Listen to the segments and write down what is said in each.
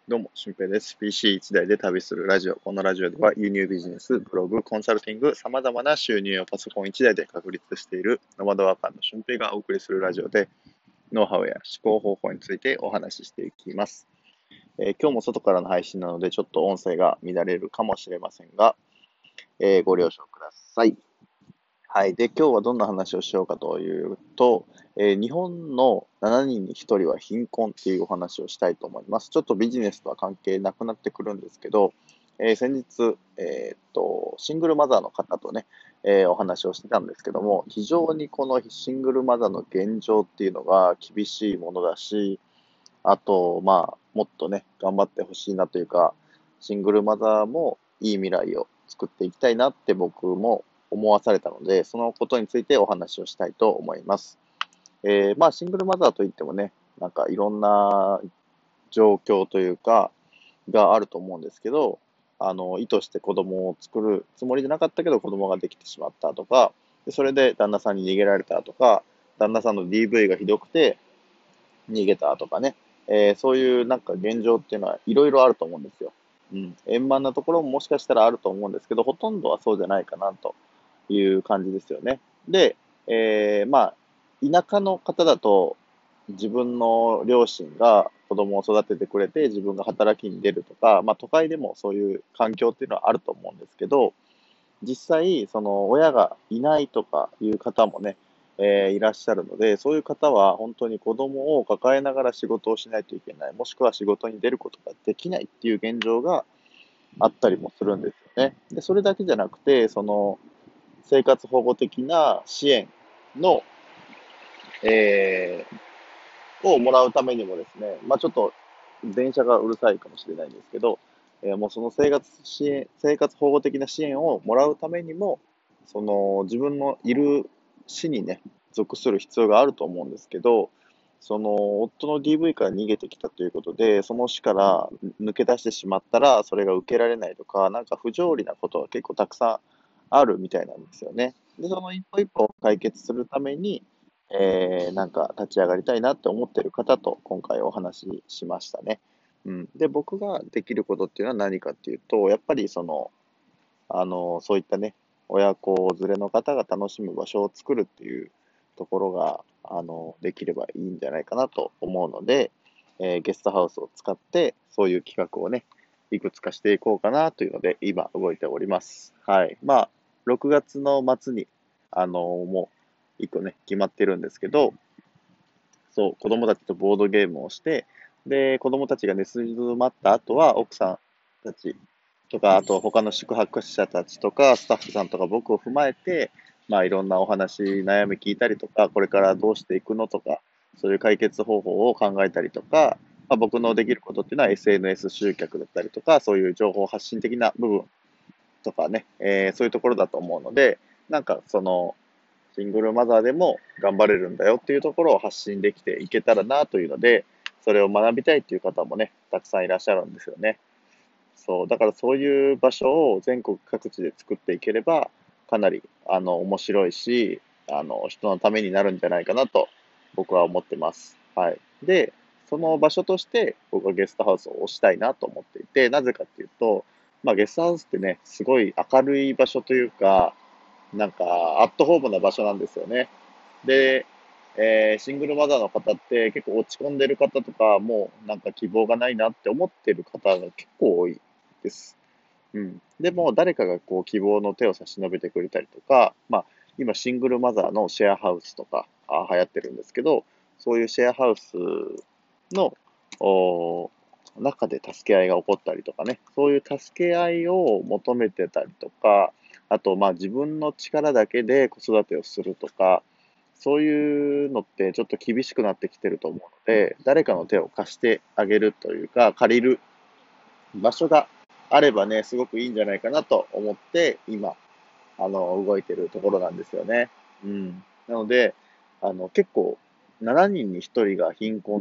どうも、俊平です。PC1 台で旅するラジオ。このラジオでは輸入ビジネス、ブログ、コンサルティング、様々な収入をパソコン1台で確立しているノマドワーカーの俊平がお送りするラジオで、ノウハウや思考方法についてお話ししていきます。今日も外からの配信なので、ちょっと音声が乱れるかもしれませんが、ご了承ください。はい。で、今日はどんな話をしようかというと、日本の7人に1人は貧困っていうお話をしたいと思います。ちょっとビジネスとは関係なくなってくるんですけど、先日、シングルマザーの方とね、お話をしてたんですけども、非常にこのシングルマザーの現状っていうのが厳しいものだし、あと、もっとね、頑張ってほしいなというか、シングルマザーもいい未来を作っていきたいなって僕も思わされたので、そのことについてお話をしたいと思います。シングルマザーといってもね、なんかいろんな状況というか、があると思うんですけど、意図して子供を作るつもりじゃなかったけど子供ができてしまったとか、でそれで旦那さんに逃げられたとか、旦那さんの DV がひどくて逃げたとかね、そういうなんか現状っていうのはいろいろあると思うんですよ。うん。円満なところももしかしたらあると思うんですけど、ほとんどはそうじゃないかなという感じですよね。で、田舎の方だと、自分の両親が子供を育ててくれて、自分が働きに出るとか、都会でもそういう環境っていうのはあると思うんですけど、実際、その親がいないとかいう方もね、いらっしゃるので、そういう方は本当に子供を抱えながら仕事をしないといけない、もしくは仕事に出ることができないっていう現状があったりもするんですよね。で、それだけじゃなくて、その生活保護的な支援の、えをもらうためにもですね、ちょっと電車がうるさいかもしれないんですけど、もうその生活保護的な支援をもらうためにも、その自分のいる市にね、属する必要があると思うんですけど、その夫の DV から逃げてきたということで、その市から抜け出してしまったら、それが受けられないとか、なんか不条理なことが結構たくさんあるみたいなんですよね。で、その一歩一歩を解決するために、なんか立ち上がりたいなって思ってる方と今回お話ししましたね。うん。で、僕ができることっていうのは何かっていうと、やっぱりそういったね、親子連れの方が楽しむ場所を作るっていうところが、できればいいんじゃないかなと思うので、ゲストハウスを使って、そういう企画をね、いくつかしていこうかなというので、今動いております。はい。6月の末に、もう、一個ね、決まってるんですけど、そう、子供たちとボードゲームをして、で、子供たちが寝静まった後は、奥さんたちとか、あと他の宿泊者たちとか、スタッフさんとか僕を踏まえて、いろんなお話、悩み聞いたりとか、これからどうしていくのとか、そういう解決方法を考えたりとか、僕のできることっていうのは SNS 集客だったりとか、そういう情報発信的な部分とかね、そういうところだと思うので、なんかその、シングルマザーでも頑張れるんだよっていうところを発信できていけたらなというので、それを学びたいっていう方もね、たくさんいらっしゃるんですよね。そう、だからそういう場所を全国各地で作っていければ、かなり、面白いし、人のためになるんじゃないかなと、僕は思ってます。はい。で、その場所として、僕はゲストハウスを推したいなと思っていて、なぜかっていうと、ゲストハウスってね、すごい明るい場所というか、なんか、アットホームな場所なんですよね。で、シングルマザーの方って結構落ち込んでる方とか、もうなんか希望がないなって思ってる方が結構多いです。うん。でも、誰かがこう希望の手を差し伸べてくれたりとか、今シングルマザーのシェアハウスとか流行ってるんですけど、そういうシェアハウスのお中で助け合いが起こったりとかね、そういう助け合いを求めてたりとか、あと、自分の力だけで子育てをするとか、そういうのってちょっと厳しくなってきてると思うので、誰かの手を貸してあげるというか、借りる場所があればね、すごくいいんじゃないかなと思って、今、動いてるところなんですよね。うん。なので、結構、7人に1人が貧困って、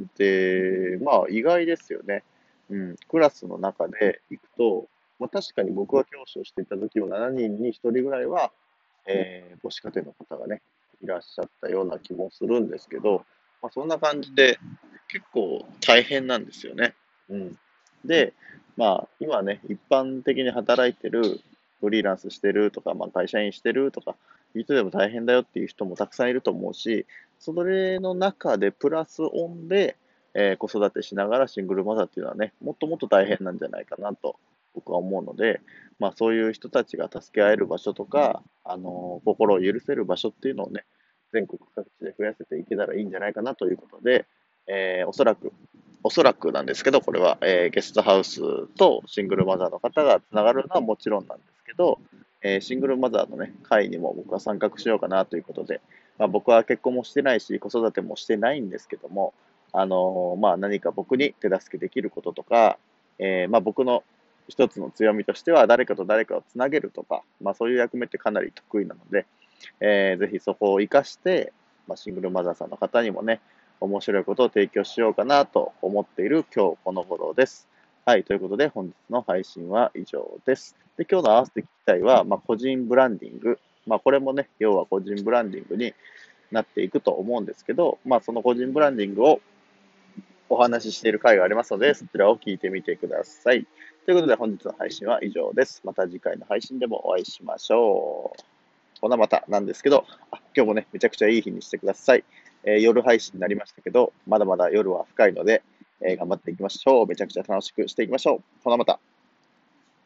意外ですよね。うん。クラスの中で行くと、確かに僕が教師をしていた時は7人に1人ぐらいは、母子家庭の方がね、いらっしゃったような気もするんですけど、そんな感じで、結構大変なんですよね。うん。 で、まあ、今ね、一般的に働いてる、フリーランスしてるとか、まあ、会社員してるとか、いう人でも大変だよっていう人もたくさんいると思うし、それの中でプラスオンで、子育てしながらシングルマザーっていうのはね、もっともっと大変なんじゃないかなと僕は思うので、まあそういう人たちが助け合える場所とか、心を許せる場所っていうのをね、全国各地で増やせていけたらいいんじゃないかなということで、おそらくなんですけど、これは、ゲストハウスとシングルマザーの方がつながるのはもちろんなんですけど、シングルマザーのね、会にも僕は参画しようかなということで、まあ、僕は結婚もしてないし、子育てもしてないんですけども、まあ、何か僕に手助けできることとか、まあ、僕の一つの強みとしては、誰かと誰かをつなげるとか、まあ、そういう役目ってかなり得意なので、ぜひそこを活かして、まあ、シングルマザーさんの方にもね、面白いことを提供しようかなと思っている今日この頃です。はい、ということで本日の配信は以上です。で、今日の合わせて聞きたいは、まあ、個人ブランディング。まあ、これもね、要は個人ブランディングになっていくと思うんですけど、まあ、その個人ブランディングをお話ししている回がありますので、そちらを聞いてみてください。ということで本日の配信は以上です。また次回の配信でもお会いしましょう。ほなまたなんですけど、今日もね、めちゃくちゃいい日にしてください。夜配信になりましたけど、まだまだ夜は深いので、頑張っていきましょう。めちゃくちゃ楽しくしていきましょう。ほなまた。